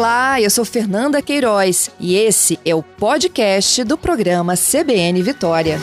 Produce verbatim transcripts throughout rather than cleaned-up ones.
Olá, eu sou Fernanda Queiroz e esse é o podcast do programa C B N Vitória.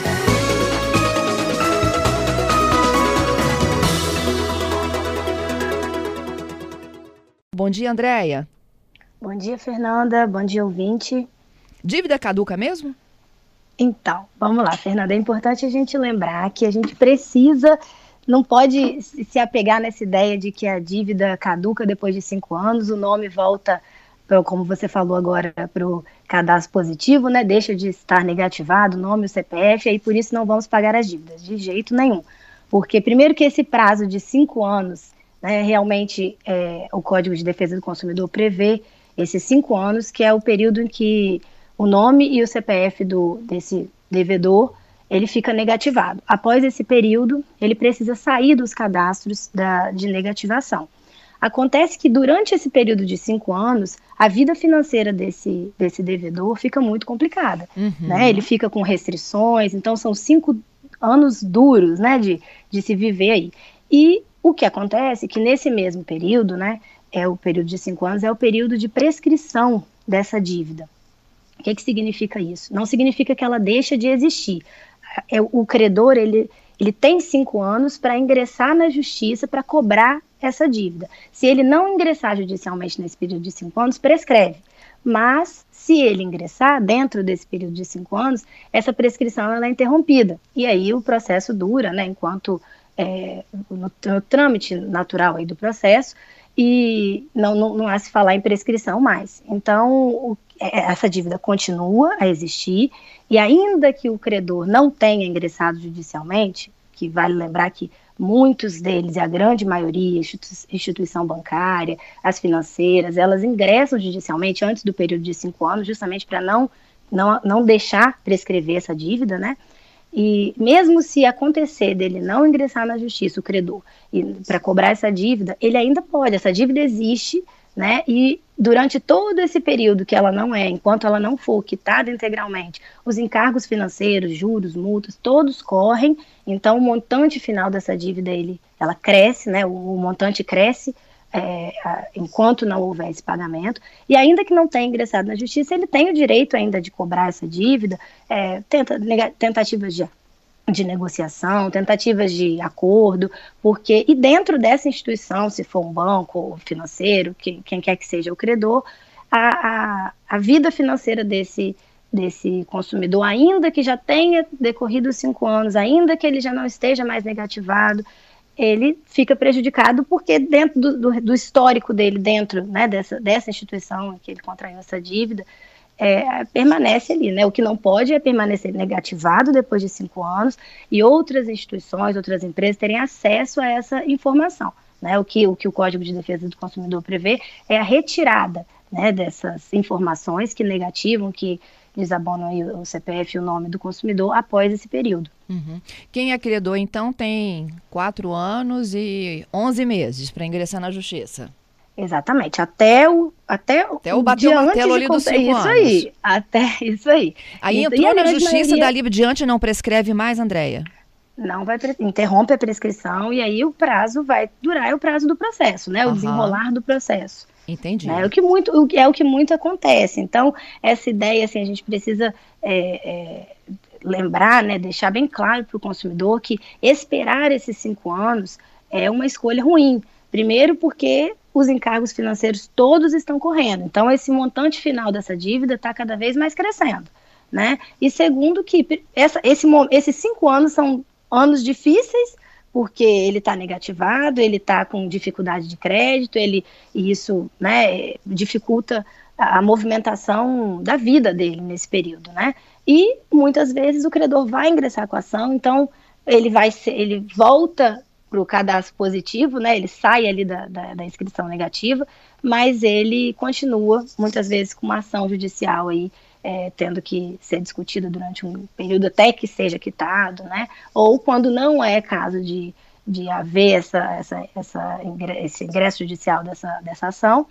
Bom dia, Andréia. Bom dia, Fernanda. Bom dia, ouvinte. Dívida caduca mesmo? Então, vamos lá, Fernanda. É importante a gente lembrar que a gente precisa, não pode se apegar nessa ideia de que a dívida caduca depois de cinco anos, o nome volta, pro, como você falou agora, para o cadastro positivo, né? Deixa de estar negativado, o nome, o C P F, e aí por isso não vamos pagar as dívidas, de jeito nenhum. Porque, primeiro, que esse prazo de cinco anos, né, realmente é, o Código de Defesa do Consumidor prevê esses cinco anos, que é o período em que o nome e o C P F do, desse devedor, ele fica negativado. Após esse período, ele precisa sair dos cadastros da, de negativação. Acontece que durante esse período de cinco anos, a vida financeira desse, desse devedor fica muito complicada. Uhum. Né? Ele fica com restrições, então são cinco anos duros, né, de, de se viver aí. E o que acontece é que nesse mesmo período, né, é o período de cinco anos, é o período de prescrição dessa dívida. O que, que significa isso? Não significa que ela deixa de existir. É, o credor, ele, ele tem cinco anos para ingressar na justiça para cobrar essa dívida. Se ele não ingressar judicialmente nesse período de cinco anos, prescreve. Mas, se ele ingressar dentro desse período de cinco anos, essa prescrição ela é interrompida. E aí o processo dura, né, enquanto é, no, no trâmite natural aí do processo, e não, não, não há se falar em prescrição mais. Então, o, essa dívida continua a existir, e ainda que o credor não tenha ingressado judicialmente, que vale lembrar que muitos deles, e a grande maioria, instituição bancária, as financeiras, elas ingressam judicialmente antes do período de cinco anos, justamente para não, não, não deixar prescrever essa dívida, né? E mesmo se acontecer dele não ingressar na justiça, o credor, para cobrar essa dívida, ele ainda pode, essa dívida existe, né? E durante todo esse período que ela não é, enquanto ela não for quitada integralmente, os encargos financeiros, juros, multas, todos correm, então o montante final dessa dívida, ele, ela cresce, né? O, o montante cresce é, a, enquanto não houver esse pagamento, e ainda que não tenha ingressado na justiça, ele tem o direito ainda de cobrar essa dívida, é, tenta, nega, tentativas de de negociação, tentativas de acordo, porque, e dentro dessa instituição, se for um banco financeiro, quem, quem quer que seja o credor, a, a, a vida financeira desse, desse consumidor, ainda que já tenha decorrido cinco anos, ainda que ele já não esteja mais negativado, ele fica prejudicado porque dentro do, do, do histórico dele, dentro, né, dessa, dessa instituição em que ele contraiu essa dívida, É, permanece ali, né? O que não pode é permanecer negativado depois de cinco anos e outras instituições, outras empresas terem acesso a essa informação, né? O que o, que o Código de Defesa do Consumidor prevê é a retirada, né, dessas informações que negativam, que desabonam aí o C P F e o nome do consumidor após esse período. Uhum. Quem é credor, então, tem quatro anos e onze meses para ingressar na justiça. Exatamente, até o até, até o bater o martelo ali dos cinco isso anos. Aí, até isso aí. Aí então, entrou na justiça, maioria... dali diante não prescreve mais, Andréia? Não vai, interrompe a prescrição e aí o prazo vai durar, é o prazo do processo, né? O uhum. desenrolar do processo. Entendi. Né? É, o que muito, é o que muito acontece. Então, essa ideia, assim, a gente precisa é, é, lembrar, né, deixar bem claro para o consumidor que esperar esses cinco anos é uma escolha ruim. Primeiro porque os encargos financeiros todos estão correndo. Então, esse montante final dessa dívida está cada vez mais crescendo, né? E segundo que essa, esse, esses cinco anos são anos difíceis, porque ele está negativado, ele está com dificuldade de crédito, ele, e isso, né, dificulta a, a movimentação da vida dele nesse período, né? E muitas vezes o credor vai ingressar com a ação, então ele, vai ser, ele volta para o cadastro positivo, né? Ele sai ali da, da, da inscrição negativa, mas ele continua, muitas vezes, com uma ação judicial aí, é, tendo que ser discutida durante um período até que seja quitado, né? Ou quando não é caso de, de haver essa, essa, essa, esse ingresso judicial dessa, dessa ação,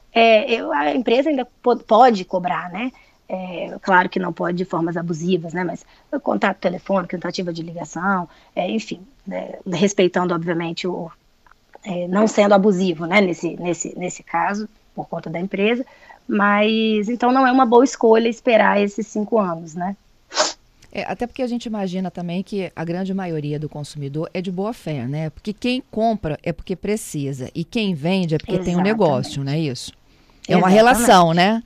é, eu, a empresa ainda pode cobrar, né? É, claro que não pode de formas abusivas, né, mas contato telefônico, tentativa de ligação, é, enfim, né, respeitando, obviamente, o, é, não sendo abusivo, né, nesse, nesse, nesse caso, por conta da empresa, mas então não é uma boa escolha esperar esses cinco anos, né? É, até porque a gente imagina também que a grande maioria do consumidor é de boa fé, né? Porque quem compra é porque precisa e quem vende é porque Exatamente. tem um negócio, não é isso? É uma Exatamente. relação, né?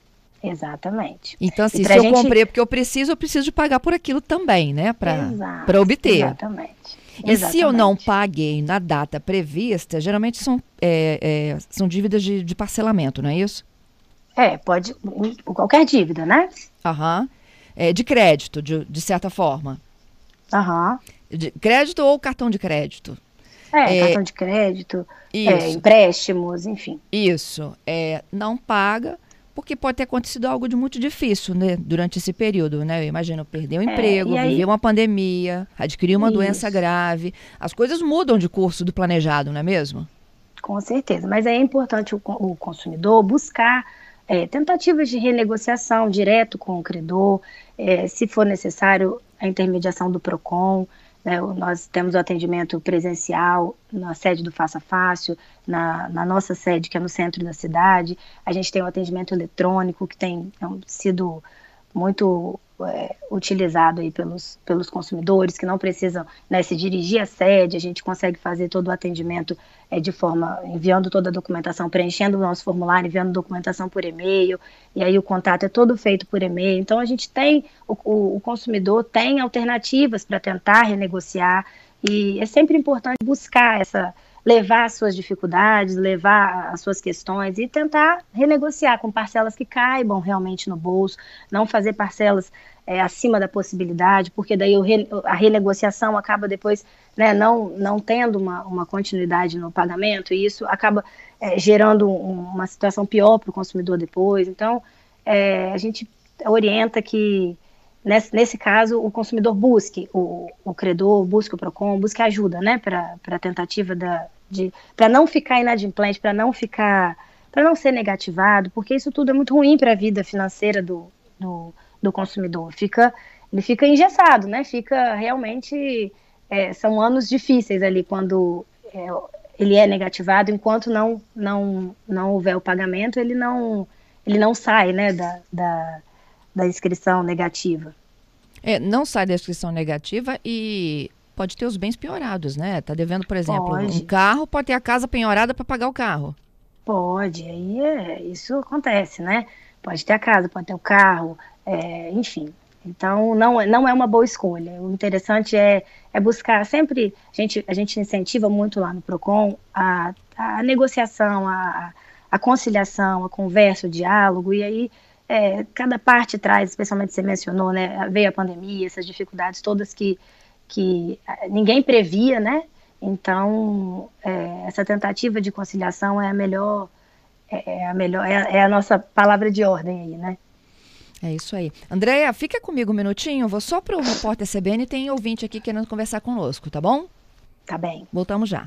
Exatamente. Então, assim, se eu gente... comprei porque eu preciso, eu preciso de pagar por aquilo também, né? Para obter. Exatamente. E Exatamente. se eu não paguei na data prevista, geralmente são, é, é, são dívidas de, de parcelamento, não é isso? É, pode, qualquer dívida, né? Aham. É, de crédito, de, de certa forma. Aham. De crédito ou cartão de crédito? É, é cartão de crédito, é, empréstimos, enfim. Isso. É, não paga, porque pode ter acontecido algo de muito difícil, né, durante esse período, né? Eu imagino, perder o emprego, é, aí... viver uma pandemia, adquirir uma Isso. doença grave. As coisas mudam de curso do planejado, não é mesmo? Com certeza. Mas é importante o, o consumidor buscar é, tentativas de renegociação direto com o credor, é, se for necessário, a intermediação do PROCON. Né, nós temos o atendimento presencial na sede do Faça Fácil, na, na nossa sede, que é no centro da cidade. A gente tem o atendimento eletrônico, que tem é, sido muito é, utilizado aí pelos, pelos consumidores, que não precisam, né, se dirigir à sede. A gente consegue fazer todo o atendimento é, de forma, enviando toda a documentação, preenchendo o nosso formulário, enviando documentação por e-mail, e aí o contato é todo feito por e-mail. Então a gente tem, o, o, o consumidor tem alternativas para tentar renegociar, e é sempre importante buscar essa, levar as suas dificuldades, levar as suas questões e tentar renegociar com parcelas que caibam realmente no bolso, não fazer parcelas é, acima da possibilidade, porque daí o re, a renegociação acaba depois, né, não, não tendo uma, uma continuidade no pagamento, e isso acaba é, gerando um, uma situação pior para o consumidor depois. Então, é, a gente orienta que, nesse, nesse caso, o consumidor busque o, o credor, busque o PROCON, busque ajuda, né, para a tentativa da, de, para não ficar inadimplente, para não ficar, para não ser negativado, porque isso tudo é muito ruim para a vida financeira do, do, do consumidor. Fica, ele fica engessado, né? Fica realmente, é, são anos difíceis ali quando é, ele é negativado, enquanto não, não, não houver o pagamento, ele não, ele não sai, né, da, da, da inscrição negativa. É, não sai da inscrição negativa e pode ter os bens penhorados, né? Tá devendo, por exemplo, pode. um carro, pode ter a casa penhorada para pagar o carro. Pode, aí é, isso acontece, né? Pode ter a casa, pode ter o carro, é, enfim. Então, não, não é uma boa escolha. O interessante é, é buscar sempre, a gente, a gente incentiva muito lá no PROCON a, a negociação, a, a conciliação, a conversa, o diálogo, e aí é, cada parte traz, especialmente você mencionou, né? Veio a pandemia, essas dificuldades todas que que ninguém previa, né? Então, é, essa tentativa de conciliação é a melhor, é, é a melhor, é a, é a nossa palavra de ordem aí, né? É isso aí. Andréia, fica comigo um minutinho, vou só para o repórter C B N, tem ouvinte aqui querendo conversar conosco, tá bom? Tá bem. Voltamos já.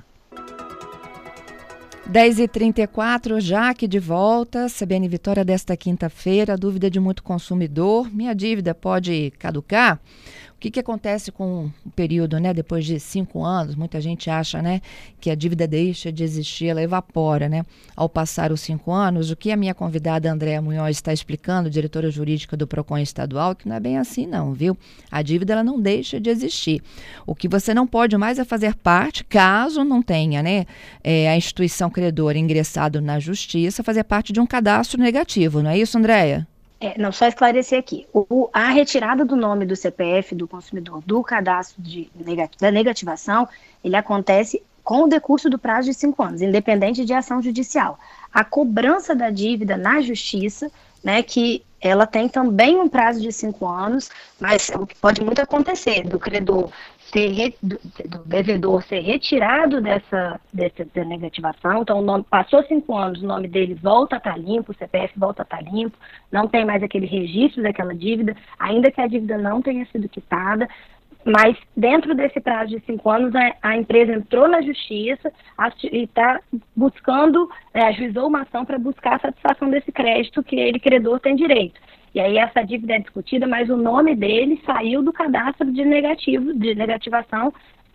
dez e trinta e quatro, Jaque de volta, C B N Vitória desta quinta-feira, dúvida de muito consumidor, minha dívida pode caducar? O que, que acontece com o período, né, depois de cinco anos? Muita gente acha, né, que a dívida deixa de existir, ela evapora, né, ao passar os cinco anos. O que a minha convidada Andréa Munhoz está explicando, diretora jurídica do PROCON estadual, que não é bem assim não, viu? A dívida ela não deixa de existir. O que você não pode mais é fazer parte, caso não tenha, né, é, a instituição credora ingressado na justiça, fazer parte de um cadastro negativo, não é isso, Andréa? É, não, só esclarecer aqui, o, a retirada do nome do C P F do consumidor do cadastro de negati- da negativação, ele acontece com o decurso do prazo de cinco anos, independente de ação judicial. A cobrança da dívida na justiça, né, que ela tem também um prazo de cinco anos, mas o que pode muito acontecer, do credor ser re, do, do devedor ser retirado dessa, dessa, dessa negativação, então o nome, passou cinco anos, o nome dele volta a estar limpo, o C P F volta a estar limpo, não tem mais aquele registro daquela dívida, ainda que a dívida não tenha sido quitada, mas dentro desse prazo de cinco anos a, a empresa entrou na justiça a, e está buscando, é, ajuizou uma ação para buscar a satisfação desse crédito que ele, credor, tem direito. E aí essa dívida é discutida, mas o nome dele saiu do cadastro de negativo, de negativação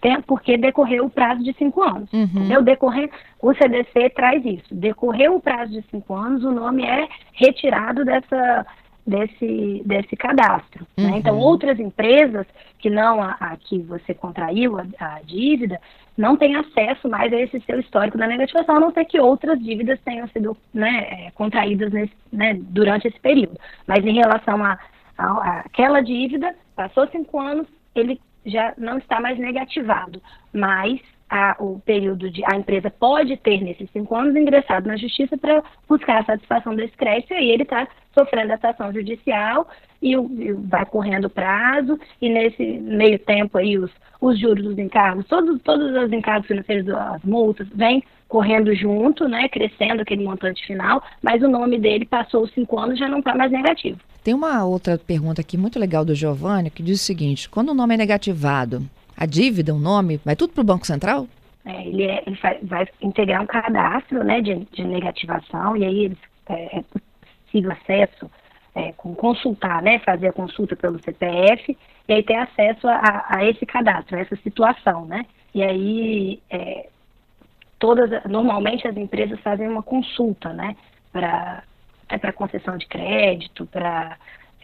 tem, porque decorreu o prazo de cinco anos. Uhum. Entendeu? Decorrer, o C D C traz isso. Decorreu o prazo de cinco anos, o nome é retirado dessa, desse, desse cadastro. Uhum. Né? Então, outras empresas que não a, a que você contraiu a, a dívida, não têm acesso mais a esse seu histórico da negativação, a não ser que outras dívidas tenham sido, né, contraídas nesse, né, durante esse período. Mas em relação a, a, a aquela dívida, passou cinco anos, ele já não está mais negativado, mas a, o período de a empresa pode ter nesses cinco anos ingressado na justiça para buscar a satisfação desse crédito, e aí ele está sofrendo essa ação judicial e, o, e vai correndo o prazo, e nesse meio tempo aí os, os juros dos encargos, todos, todos os encargos financeiros, as multas, vêm correndo junto, né, crescendo aquele montante final, mas o nome dele passou os cinco anos, já não está mais negativo. Tem uma outra pergunta aqui muito legal do Giovanni, que diz o seguinte: quando o nome é negativado, a dívida, o nome, vai tudo para o Banco Central? É, ele, é, ele vai, vai integrar um cadastro, né, de, de negativação, e aí eles, é, é possível acesso, é, com consultar, né, fazer a consulta pelo C P F, e aí ter acesso a, a esse cadastro, a essa situação, né, e aí é, todas, normalmente as empresas fazem uma consulta, né, para é, para concessão de crédito, para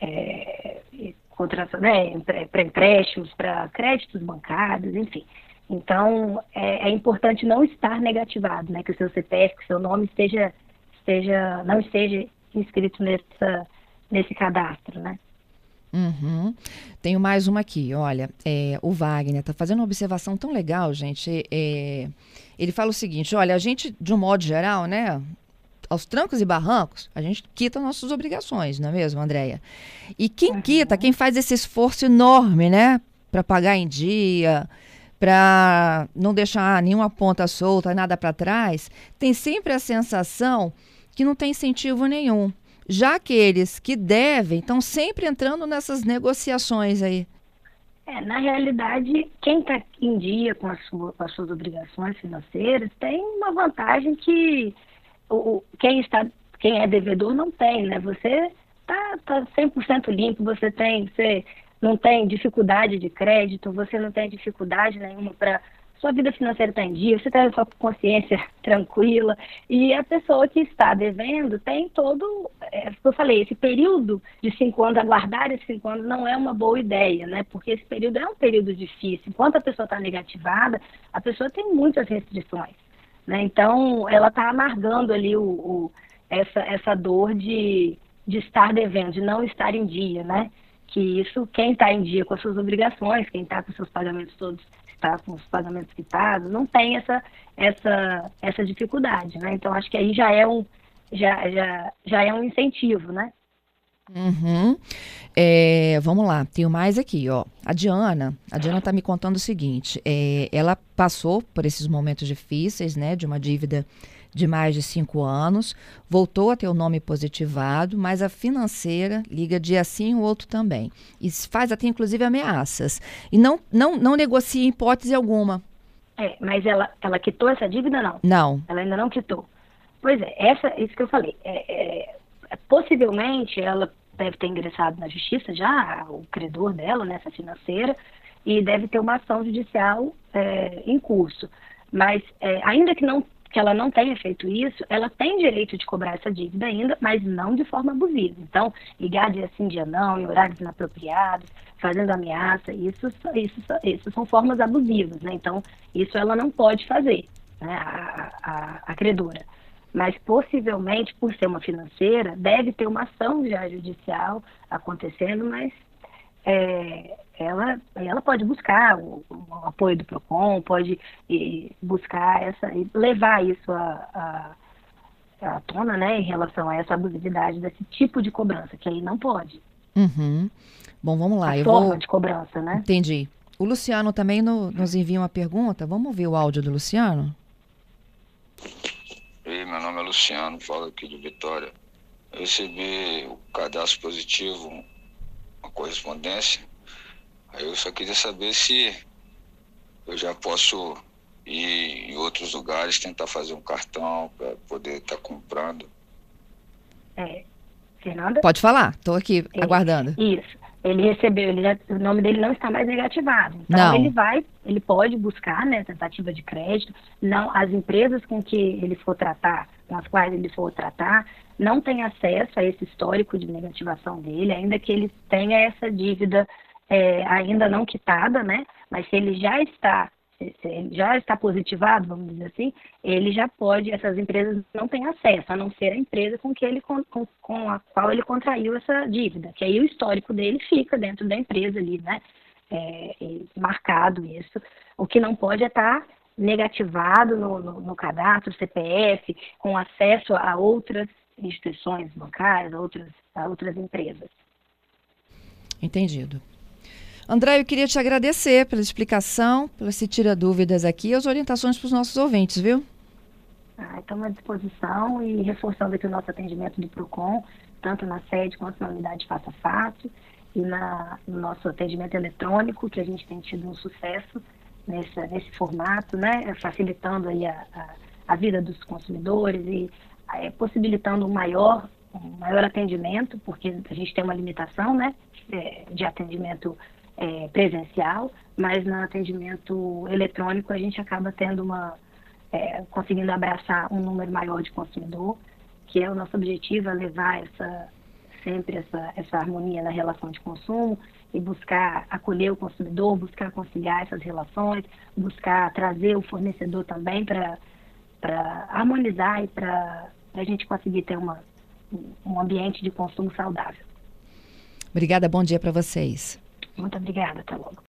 é, né, para empréstimos, para créditos bancários, enfim. Então, é, é importante não estar negativado, né, que o seu C P F, que o seu nome esteja, esteja, não esteja inscrito nessa, nesse cadastro, né. Uhum. Tenho mais uma aqui, olha, é, o Wagner está fazendo uma observação tão legal, gente. É, ele fala o seguinte: olha, a gente, de um modo geral, né, aos trancos e barrancos, a gente quita nossas obrigações, não é mesmo, Andréia? E quem Uhum. quita, quem faz esse esforço enorme, né, para pagar em dia, para não deixar nenhuma ponta solta, nada para trás, tem sempre a sensação que não tem incentivo nenhum. Já aqueles que devem estão sempre entrando nessas negociações aí. É, na realidade, quem está em dia com, a sua, com as suas obrigações financeiras tem uma vantagem que o, quem, está, quem é devedor não tem, né? Você está tá cem por cento limpo, você, tem, você não tem dificuldade de crédito, você não tem dificuldade nenhuma para... Sua vida financeira está em dia, você está com a consciência tranquila, e a pessoa que está devendo tem todo, é, eu falei, esse período de cinco anos, aguardar esses cinco anos não é uma boa ideia, né? Porque esse período é um período difícil. Enquanto a pessoa está negativada, a pessoa tem muitas restrições, né? Então, ela está amargando ali o, o, essa, essa dor de, de estar devendo, de não estar em dia, né? Que isso, quem está em dia com as suas obrigações, quem está com os seus pagamentos todos, está com os pagamentos quitados, não tem essa, essa, essa dificuldade, né? Então, acho que aí já é um, já, já, já é um incentivo, né? Uhum. É, vamos lá, tenho mais aqui, ó. A Diana, a Diana está me contando o seguinte: é, ela passou por esses momentos difíceis, né, de uma dívida de mais de cinco anos, voltou a ter o nome positivado, mas a financeira liga dia sim o outro também. E faz até, inclusive, ameaças. E não, não, não negocia em hipótese alguma. É, mas ela, ela quitou essa dívida, não? Não. Ela ainda não quitou. Pois é, essa, isso que eu falei. É, é, possivelmente, ela deve ter ingressado na justiça já, o credor dela, nessa financeira, e deve ter uma ação judicial é, em curso. Mas, é, ainda que não que ela não tenha feito isso, ela tem direito de cobrar essa dívida ainda, mas não de forma abusiva. Então, ligar dia sim, dia não, em horários inapropriados, fazendo ameaça, isso, isso, isso são formas abusivas, né? Então, isso ela não pode fazer, né, a, a, a credora. Mas, possivelmente, por ser uma financeira, deve ter uma ação já judicial acontecendo, mas é, ela, ela pode buscar o, o apoio do PROCON, pode e, buscar essa, e levar isso à a, a, a tona, né, em relação a essa abusividade desse tipo de cobrança, que aí não pode. Uhum. Bom, vamos lá. A eu forma vou... de cobrança, né? Entendi. O Luciano também no, nos envia uma pergunta. Vamos ouvir o áudio do Luciano? Oi, meu nome é Luciano, falo aqui de Vitória. Eu recebi o cadastro positivo, uma correspondência. Aí eu só queria saber se eu já posso ir em outros lugares, tentar fazer um cartão para poder estar tá comprando. É. Fernanda? Pode falar, estou aqui É, aguardando. Isso. ele recebeu, ele já, o nome dele não está mais negativado. Então Não. ele vai, ele pode buscar, né, tentativa de crédito. Não, as empresas com que ele for tratar, com as quais ele for tratar, não tem acesso a esse histórico de negativação dele, ainda que ele tenha essa dívida é, ainda não quitada, né? Mas se ele já está se ele já está positivado, vamos dizer assim, ele já pode, essas empresas não têm acesso, a não ser a empresa com, que ele, com, com a qual ele contraiu essa dívida, que aí o histórico dele fica dentro da empresa ali, né, é, é, marcado isso. O que não pode é estar negativado no, no, no cadastro C P F, com acesso a outras instituições bancárias, a outras, a outras empresas. Entendido. André, eu queria te agradecer pela explicação, pela se tira dúvidas aqui e as orientações para os nossos ouvintes, viu? Ah, estamos à disposição e reforçando aqui o nosso atendimento do PROCON, tanto na sede quanto na unidade Face a Face e na, no nosso atendimento eletrônico, que a gente tem tido um sucesso nesse, nesse formato, né? Facilitando aí a, a, a vida dos consumidores e é, possibilitando um maior, um maior atendimento, porque a gente tem uma limitação, né, de atendimento É, presencial, mas no atendimento eletrônico a gente acaba tendo uma, é, conseguindo abraçar um número maior de consumidor, que é o nosso objetivo, é levar essa, sempre essa, essa harmonia na relação de consumo e buscar acolher o consumidor, buscar conciliar essas relações, buscar trazer o fornecedor também para para harmonizar e para a gente conseguir ter uma, um ambiente de consumo saudável. Obrigada, bom dia para vocês. Muito obrigada, até logo.